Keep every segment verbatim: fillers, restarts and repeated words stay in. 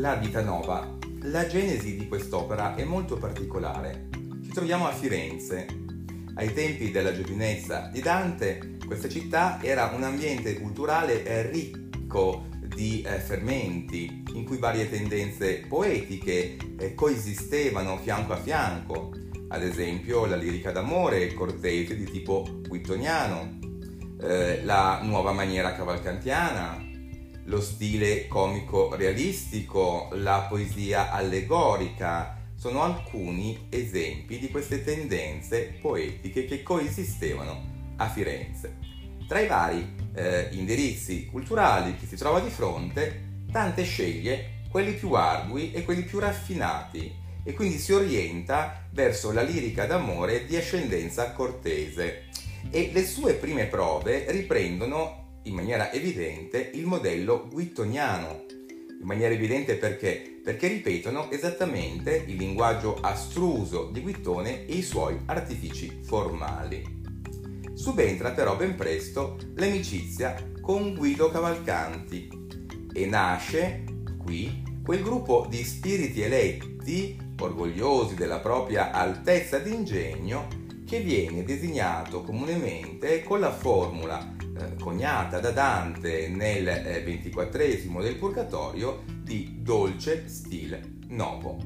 La Vita Nova. La genesi di quest'opera è molto particolare. Ci troviamo a Firenze. Ai tempi della giovinezza di Dante, questa città era un ambiente culturale ricco di eh, fermenti, in cui varie tendenze poetiche eh, coesistevano fianco a fianco. Ad esempio la lirica d'amore cortese di tipo guittoniano, eh, la nuova maniera cavalcantiana, lo stile comico realistico, la poesia allegorica, sono alcuni esempi di queste tendenze poetiche che coesistevano a Firenze. Tra i vari eh, indirizzi culturali che si trova di fronte, Dante sceglie quelli più ardui e quelli più raffinati e quindi si orienta verso la lirica d'amore di ascendenza cortese, e le sue prime prove riprendono in maniera evidente il modello guittoniano. In maniera evidente perché? Perché ripetono esattamente il linguaggio astruso di Guittone e i suoi artifici formali. Subentra però ben presto l'amicizia con Guido Cavalcanti e nasce qui quel gruppo di spiriti eletti, orgogliosi della propria altezza d'ingegno, che viene designato comunemente con la formula eh, coniata da Dante nel eh, ventiquattresimo del Purgatorio di dolce stil novo.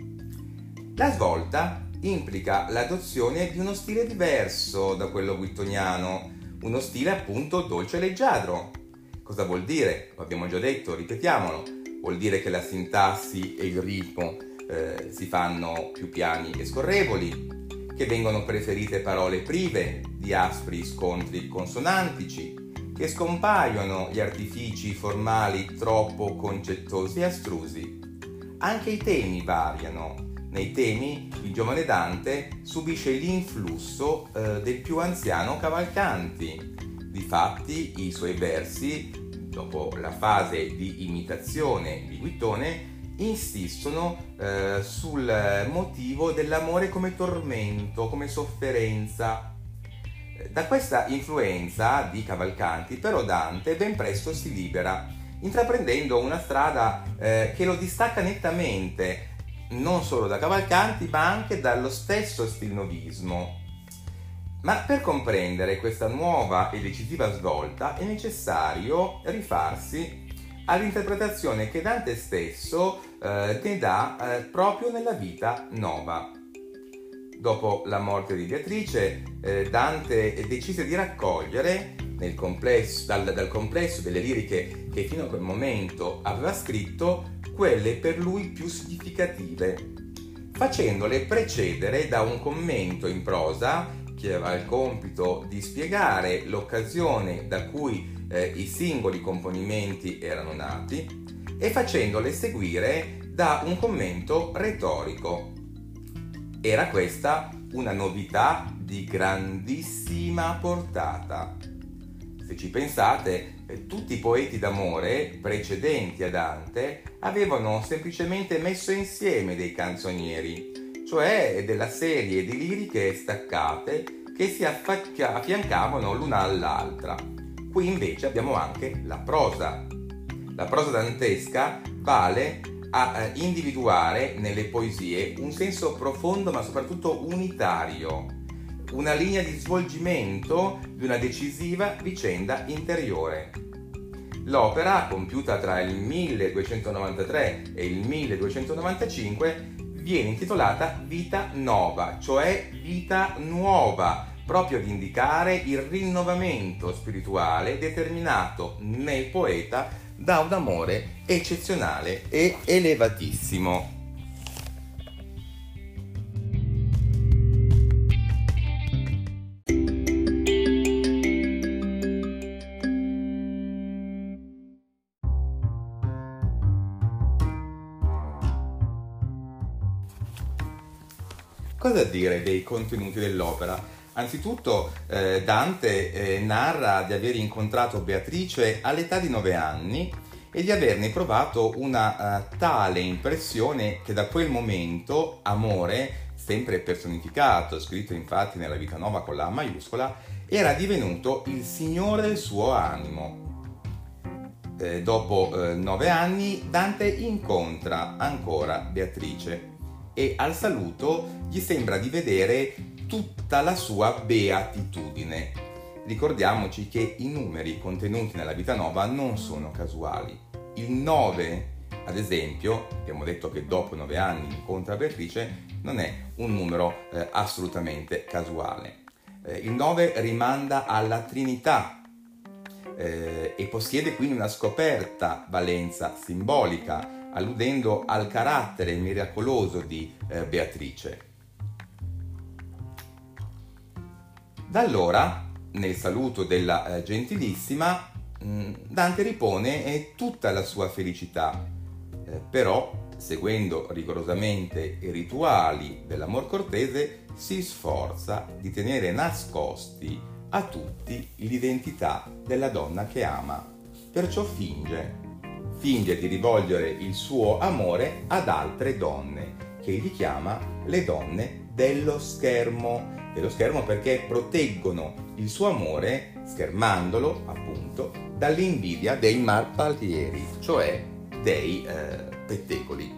La svolta implica l'adozione di uno stile diverso da quello guittoniano, uno stile appunto dolce leggiadro. Cosa vuol dire? Lo abbiamo già detto, ripetiamolo. Vuol dire che la sintassi e il ritmo eh, si fanno più piani e scorrevoli, che vengono preferite parole prive di aspri scontri consonantici, che scompaiono gli artifici formali troppo concettosi e astrusi. Anche i temi variano. Nei temi il giovane Dante subisce l'influsso eh, del più anziano Cavalcanti. Difatti i suoi versi, dopo la fase di imitazione di Guittone, insistono eh, sul motivo dell'amore come tormento, come sofferenza. Da questa influenza di Cavalcanti però Dante ben presto si libera, intraprendendo una strada eh, che lo distacca nettamente non solo da Cavalcanti ma anche dallo stesso stilnovismo. Ma per comprendere questa nuova e decisiva svolta è necessario rifarsi all'interpretazione che Dante stesso eh, ne dà eh, proprio nella Vita Nova. Dopo la morte di Beatrice, eh, Dante decise di raccogliere nel complesso, dal, dal complesso delle liriche che fino a quel momento aveva scritto quelle per lui più significative, facendole precedere da un commento in prosa che aveva il compito di spiegare l'occasione da cui eh, i singoli componimenti erano nati e facendole seguire da un commento retorico. Era questa una novità di grandissima portata. Se ci pensate, eh, tutti i poeti d'amore precedenti a Dante avevano semplicemente messo insieme dei canzonieri, cioè della serie di liriche staccate che si affaccia- affiancavano l'una all'altra. Qui invece abbiamo anche la prosa. La prosa dantesca vale a individuare nelle poesie un senso profondo ma soprattutto unitario, una linea di svolgimento di una decisiva vicenda interiore. L'opera, compiuta tra il milleduecentonovantatré e il milleduecentonovantacinque, viene intitolata Vita Nova, cioè vita nuova, proprio ad indicare il rinnovamento spirituale determinato nel poeta da un amore eccezionale e elevatissimo. Cosa dire dei contenuti dell'opera? Anzitutto eh, Dante eh, narra di aver incontrato Beatrice all'età di nove anni e di averne provato una uh, tale impressione che da quel momento amore, sempre personificato, scritto infatti nella Vita Nova con la A maiuscola, era divenuto il signore del suo animo. eh, dopo eh, nove anni, Dante incontra ancora Beatrice e al saluto gli sembra di vedere tutta la sua beatitudine. Ricordiamoci che i numeri contenuti nella Vita Nova non sono casuali. Il nove, ad esempio, abbiamo detto che dopo nove anni incontra Beatrice, non è un numero eh, assolutamente casuale. Eh, il nove rimanda alla Trinità eh, e possiede quindi una scoperta valenza simbolica, alludendo al carattere miracoloso di eh, Beatrice. Da allora, nel saluto della eh, Gentilissima, mh, Dante ripone eh, tutta la sua felicità, eh, però, seguendo rigorosamente i rituali dell'amor cortese, si sforza di tenere nascosti a tutti l'identità della donna che ama. Perciò finge, finge di rivolgere il suo amore ad altre donne, che egli chiama le donne dello schermo. Dello schermo perché proteggono il suo amore, schermandolo, appunto, dall'invidia dei marpalieri, cioè dei eh, pettegoli.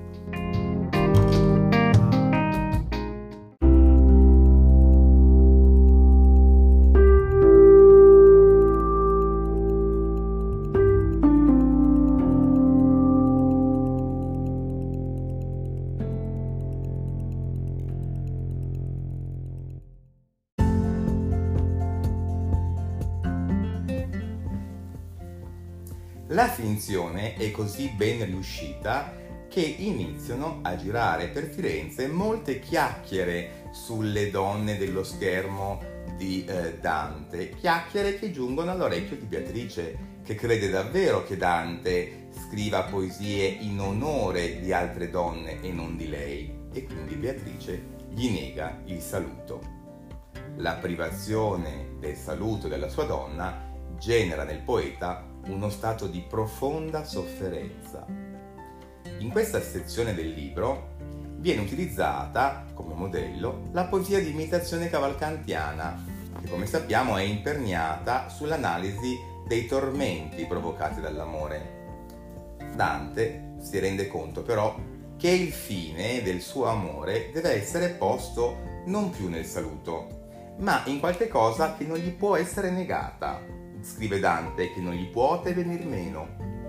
La finzione è così ben riuscita che iniziano a girare per Firenze molte chiacchiere sulle donne dello schermo di eh, Dante, chiacchiere che giungono all'orecchio di Beatrice, che crede davvero che Dante scriva poesie in onore di altre donne e non di lei, e quindi Beatrice gli nega il saluto. La privazione del saluto della sua donna genera nel poeta uno stato di profonda sofferenza. In questa sezione del libro viene utilizzata come modello la poesia di imitazione cavalcantiana, che come sappiamo è imperniata sull'analisi dei tormenti provocati dall'amore. Dante si rende conto però che il fine del suo amore deve essere posto non più nel saluto, ma in qualche cosa che non gli può essere negata. Scrive Dante che non gli può venir meno.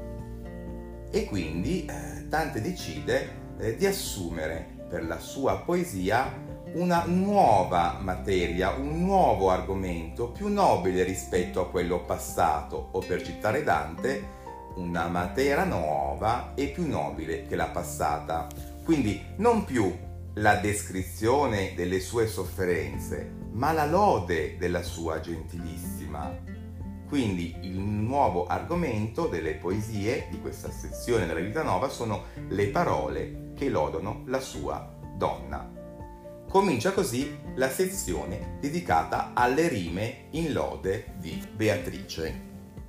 E quindi eh, Dante decide eh, di assumere per la sua poesia una nuova materia, un nuovo argomento più nobile rispetto a quello passato, o per citare Dante, una materia nuova e più nobile che la passata. Quindi non più la descrizione delle sue sofferenze, ma la lode della sua Gentilissima. Quindi il nuovo argomento delle poesie di questa sezione della Vita Nova sono le parole che lodano la sua donna. Comincia così la sezione dedicata alle rime in lode di Beatrice.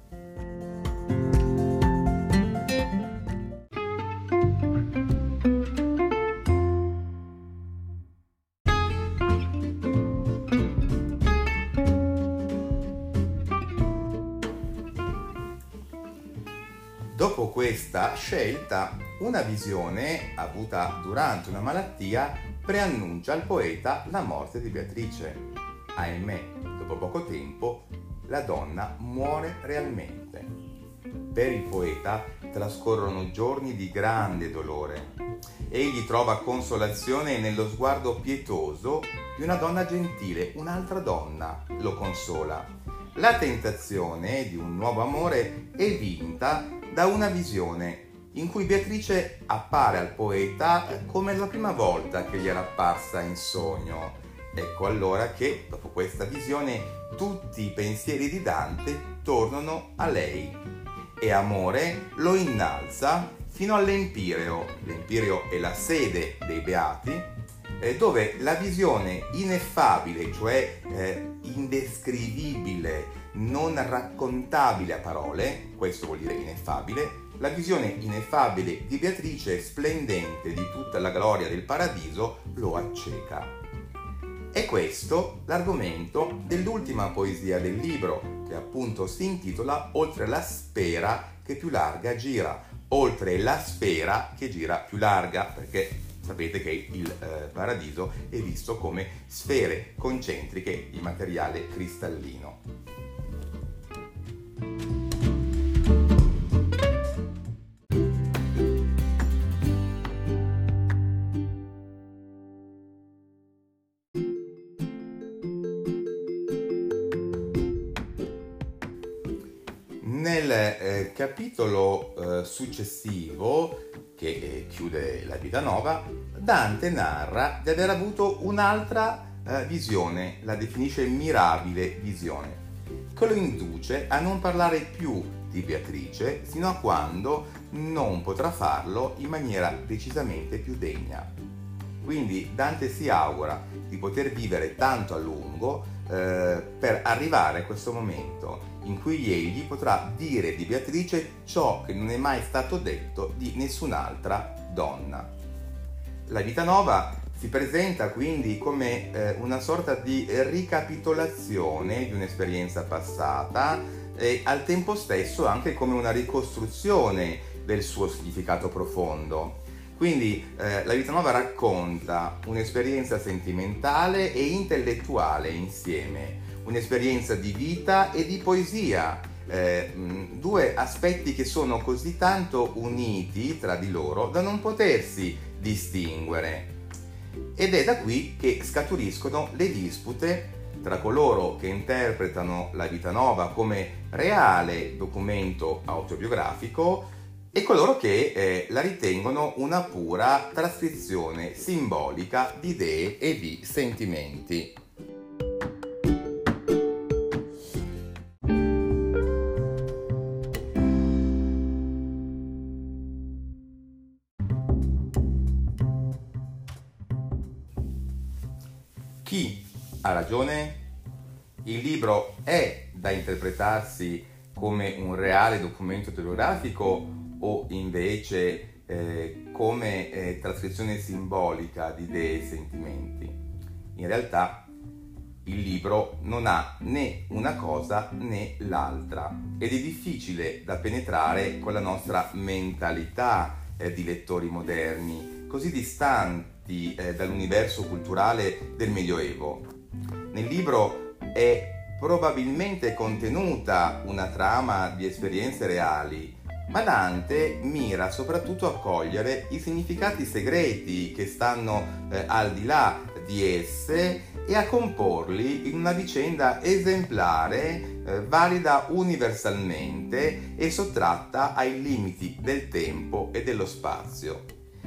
Dopo questa scelta, una visione avuta durante una malattia preannuncia al poeta la morte di Beatrice. Ahimè, dopo poco tempo, la donna muore realmente. Per il poeta trascorrono giorni di grande dolore. Egli trova consolazione nello sguardo pietoso di una donna gentile, un'altra donna lo consola. La tentazione di un nuovo amore è vinta da una visione in cui Beatrice appare al poeta come la prima volta che gli era apparsa in sogno. Ecco allora che, dopo questa visione, tutti i pensieri di Dante tornano a lei e amore lo innalza fino all'Empireo. L'Empireo è la sede dei Beati, eh, dove la visione ineffabile, cioè eh, indescrivibile, non raccontabile a parole, questo vuol dire ineffabile, la visione ineffabile di Beatrice, splendente di tutta la gloria del paradiso, lo acceca. È questo l'argomento dell'ultima poesia del libro, che appunto si intitola Oltre la sfera che più larga gira, oltre la sfera che gira più larga, perché sapete che il eh, paradiso è visto come sfere concentriche di materiale cristallino. Nel eh, capitolo eh, successivo, che eh, chiude la vita nova, Dante narra di aver avuto un'altra eh, visione, la definisce mirabile visione, che lo induce a non parlare più di Beatrice sino a quando non potrà farlo in maniera decisamente più degna. Quindi Dante si augura di poter vivere tanto a lungo eh, per arrivare a questo momento in cui egli potrà dire di Beatrice ciò che non è mai stato detto di nessun'altra donna. La vita nova si presenta quindi come eh, una sorta di ricapitolazione di un'esperienza passata e al tempo stesso anche come una ricostruzione del suo significato profondo. Quindi eh, la vita nova racconta un'esperienza sentimentale e intellettuale insieme, un'esperienza di vita e di poesia, eh, due aspetti che sono così tanto uniti tra di loro da non potersi distinguere. Ed è da qui che scaturiscono le dispute tra coloro che interpretano la vita nova come reale documento autobiografico e coloro che eh, la ritengono una pura trascrizione simbolica di idee e di sentimenti. Chi ha ragione? Il libro è da interpretarsi come un reale documento autobiografico o invece eh, come eh, trascrizione simbolica di idee e sentimenti? In realtà il libro non ha né una cosa né l'altra ed è difficile da penetrare con la nostra mentalità eh, di lettori moderni, così distanti eh, dall'universo culturale del Medioevo. Nel libro è probabilmente contenuta una trama di esperienze reali, ma Dante mira soprattutto a cogliere i significati segreti che stanno eh, al di là di esse e a comporli in una vicenda esemplare, eh, valida universalmente e sottratta ai limiti del tempo e dello spazio.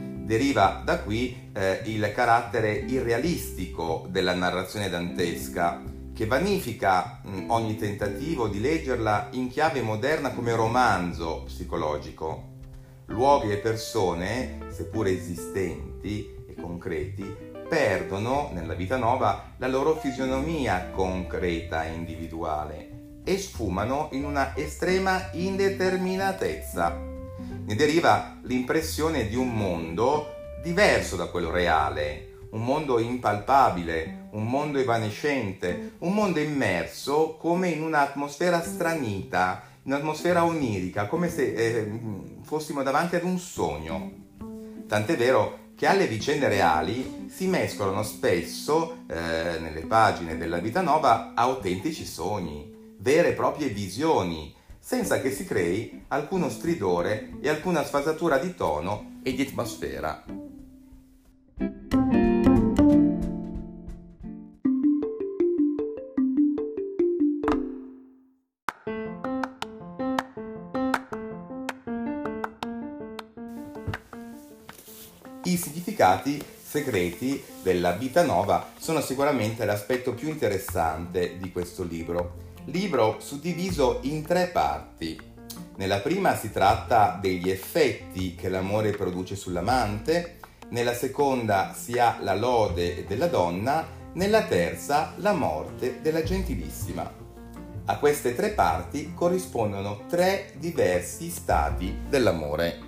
Deriva da qui eh, il carattere irrealistico della narrazione dantesca, che vanifica mh, ogni tentativo di leggerla in chiave moderna come romanzo psicologico. Luoghi e persone, seppure esistenti e concreti, perdono nella vita nova la loro fisionomia concreta e individuale e sfumano in una estrema indeterminatezza. Ne deriva l'impressione di un mondo diverso da quello reale, un mondo impalpabile, un mondo evanescente, un mondo immerso come in un'atmosfera stranita, un'atmosfera onirica, come se eh, fossimo davanti ad un sogno. Tant'è vero che alle vicende reali si mescolano spesso, eh, nelle pagine della vita nova, autentici sogni, vere e proprie visioni, senza che si crei alcuno stridore e alcuna sfasatura di tono e di atmosfera. I significati segreti della vita nova sono sicuramente l'aspetto più interessante di questo libro. Libro suddiviso in tre parti. Nella prima si tratta degli effetti che l'amore produce sull'amante, nella seconda si ha la lode della donna, nella terza la morte della gentilissima. A queste tre parti corrispondono tre diversi stati dell'amore.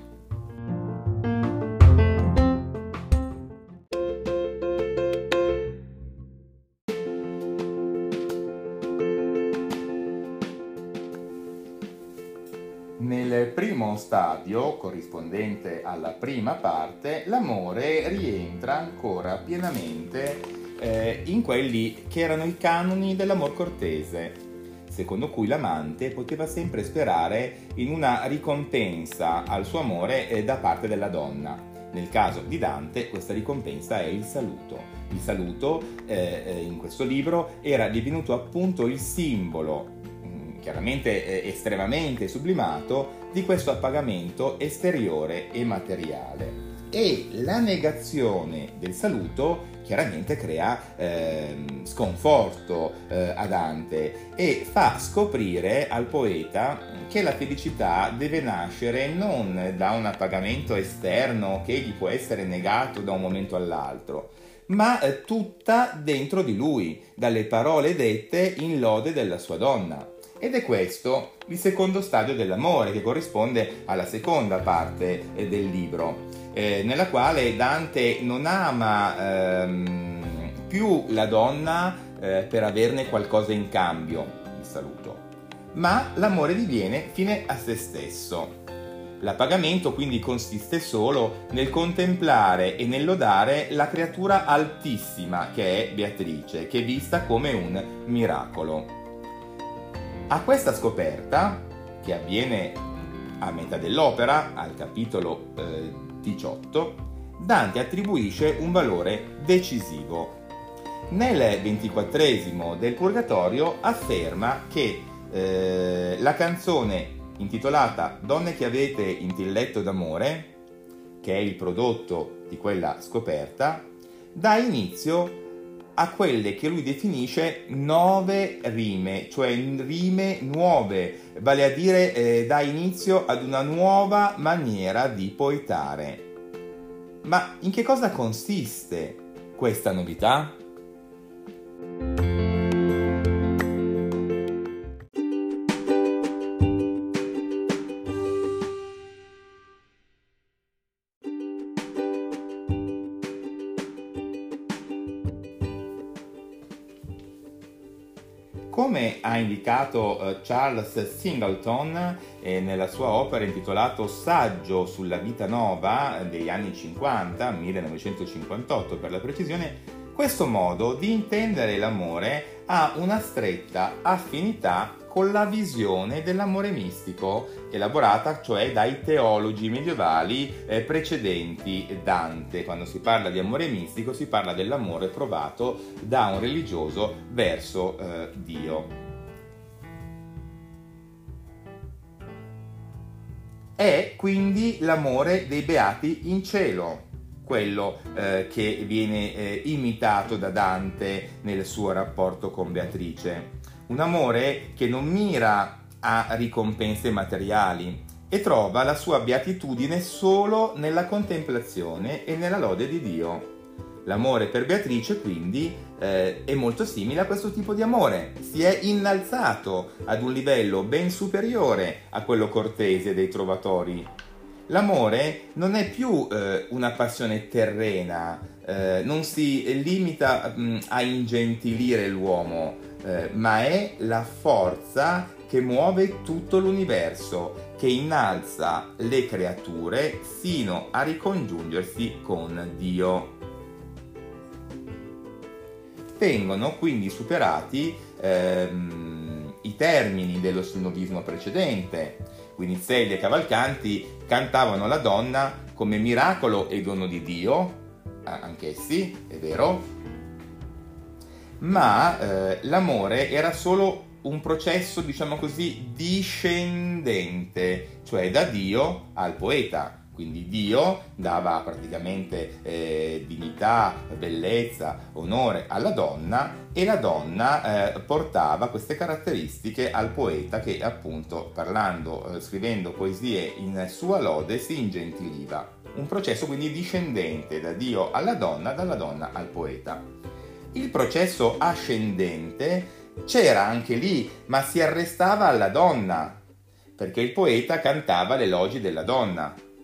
Nel primo stadio, corrispondente alla prima parte, l'amore rientra ancora pienamente eh, in quelli che erano i canoni dell'amor cortese, secondo cui l'amante poteva sempre sperare in una ricompensa al suo amore eh, da parte della donna. Nel caso di Dante questa ricompensa è il saluto. Il saluto eh, in questo libro era divenuto appunto il simbolo, chiaramente eh, estremamente sublimato, di questo appagamento esteriore e materiale. E la negazione del saluto chiaramente crea eh, sconforto eh, a Dante e fa scoprire al poeta che la felicità deve nascere non da un appagamento esterno che gli può essere negato da un momento all'altro, ma eh, tutta dentro di lui, dalle parole dette in lode della sua donna. Ed è questo il secondo stadio dell'amore, che corrisponde alla seconda parte eh, del libro, eh, nella quale Dante non ama ehm, più la donna eh, per averne qualcosa in cambio, il saluto, ma l'amore diviene fine a se stesso. L'appagamento quindi consiste solo nel contemplare e nel lodare la creatura altissima che è Beatrice, che è vista come un miracolo. A questa scoperta, che avviene a metà dell'opera, al capitolo eh, diciotto, Dante attribuisce un valore decisivo. Nel ventiquattresimo del Purgatorio afferma che eh, la canzone intitolata Donne che avete intelletto d'amore, che è il prodotto di quella scoperta, dà inizio a quelle che lui definisce nove rime, cioè rime nuove, vale a dire eh, dà inizio ad una nuova maniera di poetare. Ma in che cosa consiste questa novità? Come ha indicato uh, Charles Singleton eh, nella sua opera intitolata Saggio sulla vita nova degli anni cinquanta, millenovecentocinquantotto per la precisione, questo modo di intendere l'amore ha una stretta affinità con la visione dell'amore mistico, elaborata cioè dai teologi medievali eh, precedenti Dante. Quando si parla di amore mistico si parla dell'amore provato da un religioso verso eh, Dio. È quindi l'amore dei beati in cielo, quello eh, che viene eh, imitato da Dante nel suo rapporto con Beatrice. Un amore che non mira a ricompense materiali e trova la sua beatitudine solo nella contemplazione e nella lode di Dio. L'amore per Beatrice, quindi, eh, è molto simile a questo tipo di amore. Si è innalzato ad un livello ben superiore a quello cortese dei trovatori. L'amore non è più eh, una passione terrena, eh, non si limita mh, a ingentilire l'uomo, eh, ma è la forza che muove tutto l'universo, che innalza le creature sino a ricongiungersi con Dio. Vengono quindi superati ehm, i termini dello sinodismo precedente. Guinizelli e Cavalcanti cantavano la donna come miracolo e dono di Dio, anch'essi, è vero, ma eh, l'amore era solo un processo, diciamo così, discendente, cioè da Dio al poeta. Quindi Dio dava praticamente eh, dignità, bellezza, onore alla donna e la donna eh, portava queste caratteristiche al poeta che appunto parlando, eh, scrivendo poesie in sua lode si ingentiliva. Un processo quindi discendente da Dio alla donna, dalla donna al poeta. Il processo ascendente c'era anche lì, ma si arrestava alla donna, perché il poeta cantava le elogi della donna.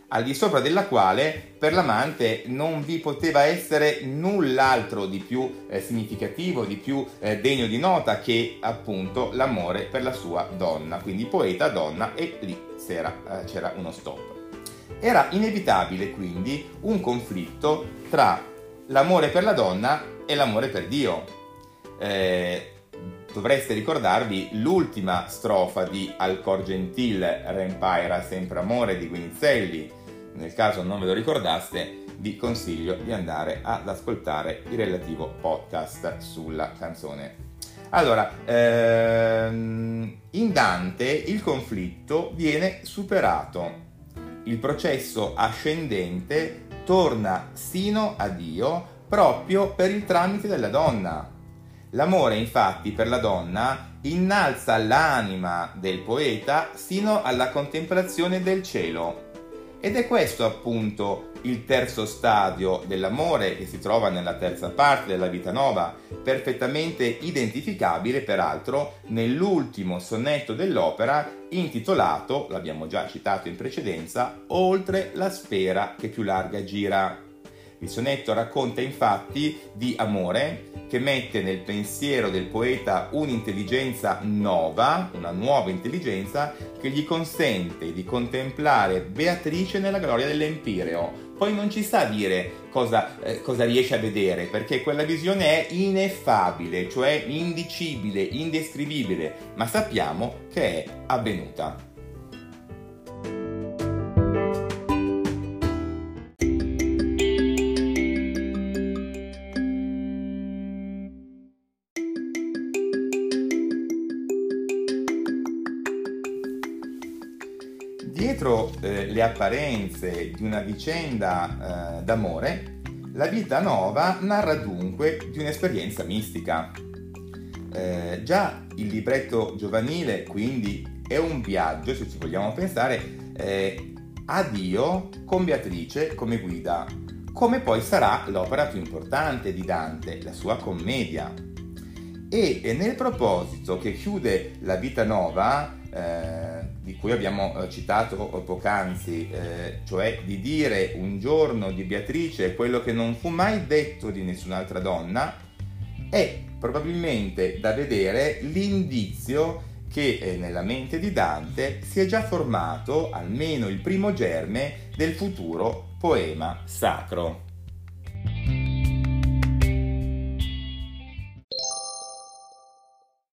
al di sopra della quale per l'amante non vi poteva essere null'altro di più eh, significativo, di più eh, degno di nota che appunto l'amore per la sua donna, quindi poeta donna, e lì c'era, eh, c'era uno stop. Era inevitabile quindi un conflitto tra l'amore per la donna e l'amore per Dio. Eh, dovreste ricordarvi l'ultima strofa di Al cor gentil rempaira sempre amore di Guinizelli. Nel caso non ve lo ricordaste, vi consiglio di andare ad ascoltare il relativo podcast sulla canzone. Allora, ehm, in Dante il conflitto viene superato. Il processo ascendente torna sino a Dio proprio per il tramite della donna. L'amore, infatti, per la donna innalza l'anima del poeta sino alla contemplazione del cielo. Ed è questo appunto il terzo stadio dell'amore che si trova nella terza parte della Vita Nova, perfettamente identificabile peraltro nell'ultimo sonetto dell'opera intitolato, l'abbiamo già citato in precedenza, Oltre la sfera che più larga gira. Il sonetto racconta infatti di amore che mette nel pensiero del poeta un'intelligenza nuova, una nuova intelligenza che gli consente di contemplare Beatrice nella gloria dell'Empireo. Poi non ci sta a dire cosa, eh, cosa riesce a vedere, perché quella visione è ineffabile, cioè indicibile, indescrivibile, ma sappiamo che è avvenuta. Dietro eh, le apparenze di una vicenda eh, d'amore, la Vita Nova narra dunque di un'esperienza mistica. Eh, già il libretto giovanile, quindi, è un viaggio, se ci vogliamo pensare, eh, a Dio con Beatrice come guida, come poi sarà l'opera più importante di Dante, la sua commedia. E, e nel proposito che chiude la Vita Nova, eh, di cui abbiamo citato poc'anzi, eh, cioè di dire un giorno di Beatrice quello che non fu mai detto di nessun'altra donna, è probabilmente da vedere l'indizio che eh, nella mente di Dante si è già formato almeno il primo germe del futuro poema sacro.